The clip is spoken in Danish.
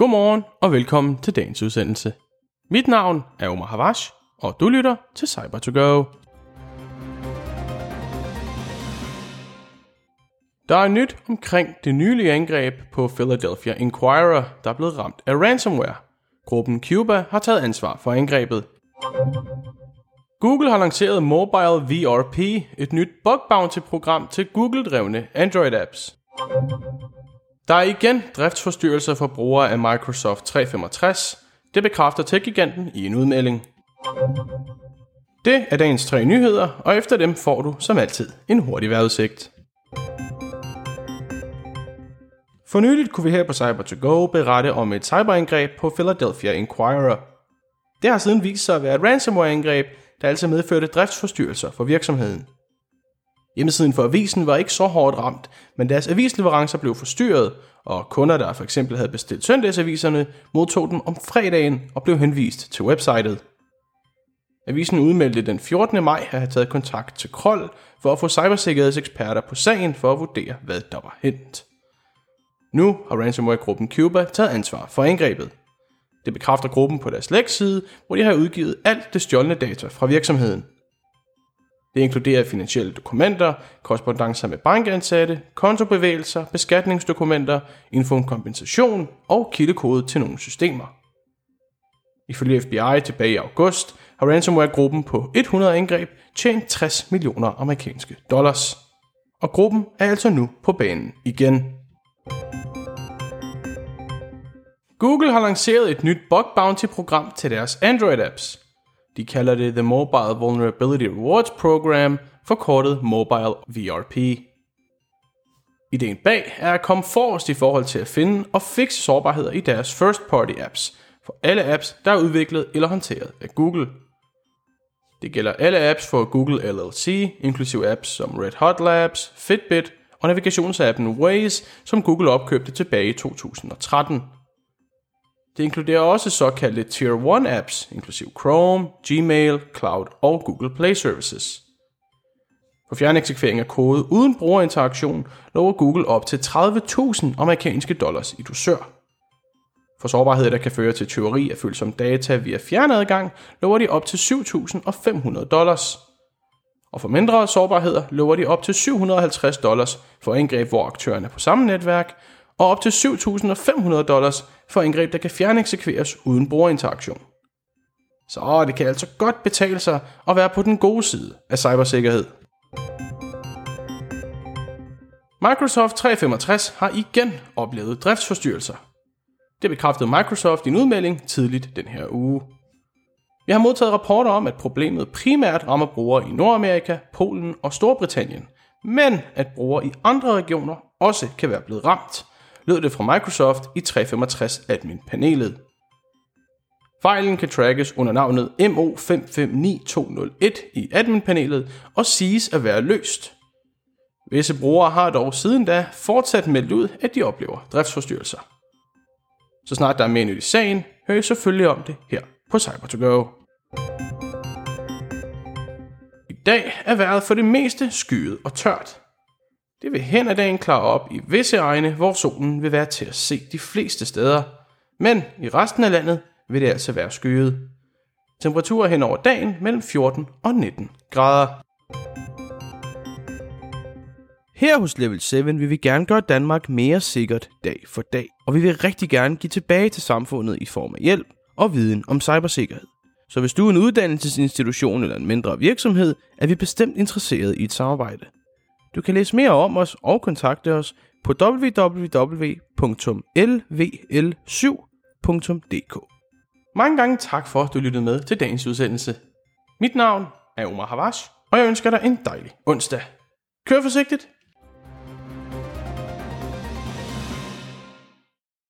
Godmorgen og velkommen til dagens udsendelse. Mit navn er Omar Havash, og du lytter til Cyber2Go. Der er nyt omkring det nylige angreb på Philadelphia Inquirer, der er blevet ramt af ransomware. Gruppen Cuba har taget ansvar for angrebet. Google har lanceret Mobile VRP, et nyt bug bounty-program til Google-drevne Android-apps. Der er igen driftsforstyrrelser for brugere af Microsoft 365. Det bekræfter tech-giganten i en udmelding. Det er dagens 3 nyheder, og efter dem får du som altid en hurtig vejrudsigt. For nyligt kunne vi her på Cyber2Go berette om et cyberangreb på Philadelphia Inquirer. Det har siden vist sig at være et ransomware-angreb, der altså medførte driftsforstyrrelser for virksomheden. Hjemmesiden for avisen var ikke så hårdt ramt, men deres avisleverancer blev forstyrret, og kunder, der for eksempel havde bestilt søndagsaviserne, modtog dem om fredagen og blev henvist til websitet. Avisen udmeldte den 14. maj at have taget kontakt til Kroll for at få cybersikkerhedseksperter på sagen for at vurdere, hvad der var hændt. Nu har ransomware-gruppen Cuba taget ansvar for angrebet. Det bekræfter gruppen på deres lækside, hvor de har udgivet alt det stjålne data fra virksomheden. Det inkluderer finansielle dokumenter, korrespondancer med bankansatte, kontobevægelser, beskatningsdokumenter, info om kompensation og kildekode til nogle systemer. Ifølge FBI tilbage i august har ransomware-gruppen på 100 angreb tjent 60 millioner amerikanske dollars. Og gruppen er altså nu på banen igen. Google har lanceret et nyt bug bounty-program til deres Android-apps. De kalder det The Mobile Vulnerability Rewards Program, forkortet Mobile VRP. Ideen bag er at komme forrest i forhold til at finde og fikse sårbarheder i deres first-party apps, for alle apps, der er udviklet eller håndteret af Google. Det gælder alle apps for Google LLC, inklusive apps som Red Hot Labs, Fitbit og navigationsappen Waze, som Google opkøbte tilbage i 2013. Det inkluderer også såkaldte Tier 1 apps, inklusive Chrome, Gmail, Cloud og Google Play Services. For fjerneksekvering af kode uden brugerinteraktion lover Google op til 30.000 amerikanske dollars i dusør. For sårbarheder, der kan føre til tyveri af følsom data via fjernadgang, lover de op til 7.500 dollars. Og for mindre sårbarheder lover de op til 750 dollars for angreb, hvor aktørerne er på samme netværk, og op til 7.500 dollars for angreb, der kan fjerneksekveres uden brugerinteraktion. Så det kan altså godt betale sig at være på den gode side af cybersikkerhed. Microsoft 365 har igen oplevet driftsforstyrrelser. Det bekræftede Microsoft i en udmelding tidligt den her uge. Vi har modtaget rapporter om, at problemet primært rammer brugere i Nordamerika, Polen og Storbritannien, men at brugere i andre regioner også kan være blevet ramt, lød det fra Microsoft i 365 admin-panelet. Fejlen kan trackes under navnet MO559201 i admin-panelet og siges at være løst. Visse brugere har dog siden da fortsat meldt ud, at de oplever driftsforstyrrelser. Så snart der er mere nyt i sagen, hører I selvfølgelig om det her på Cyber2Go. I dag er vejret for det meste skyet og tørt. Det vil hen ad dagen klare op i visse egne, hvor solen vil være til at se de fleste steder. Men i resten af landet vil det altså være skyet. Temperaturer hen over dagen mellem 14 og 19 grader. Her hos Level 7 vil vi gerne gøre Danmark mere sikkert dag for dag. Og vi vil rigtig gerne give tilbage til samfundet i form af hjælp og viden om cybersikkerhed. Så hvis du er en uddannelsesinstitution eller en mindre virksomhed, er vi bestemt interesseret i et samarbejde. Du kan læse mere om os og kontakte os på www.lvl7.dk. Mange gange tak for, at du lyttede med til dagens udsendelse. Mit navn er Omar Havash, og jeg ønsker dig en dejlig onsdag. Kør forsigtigt!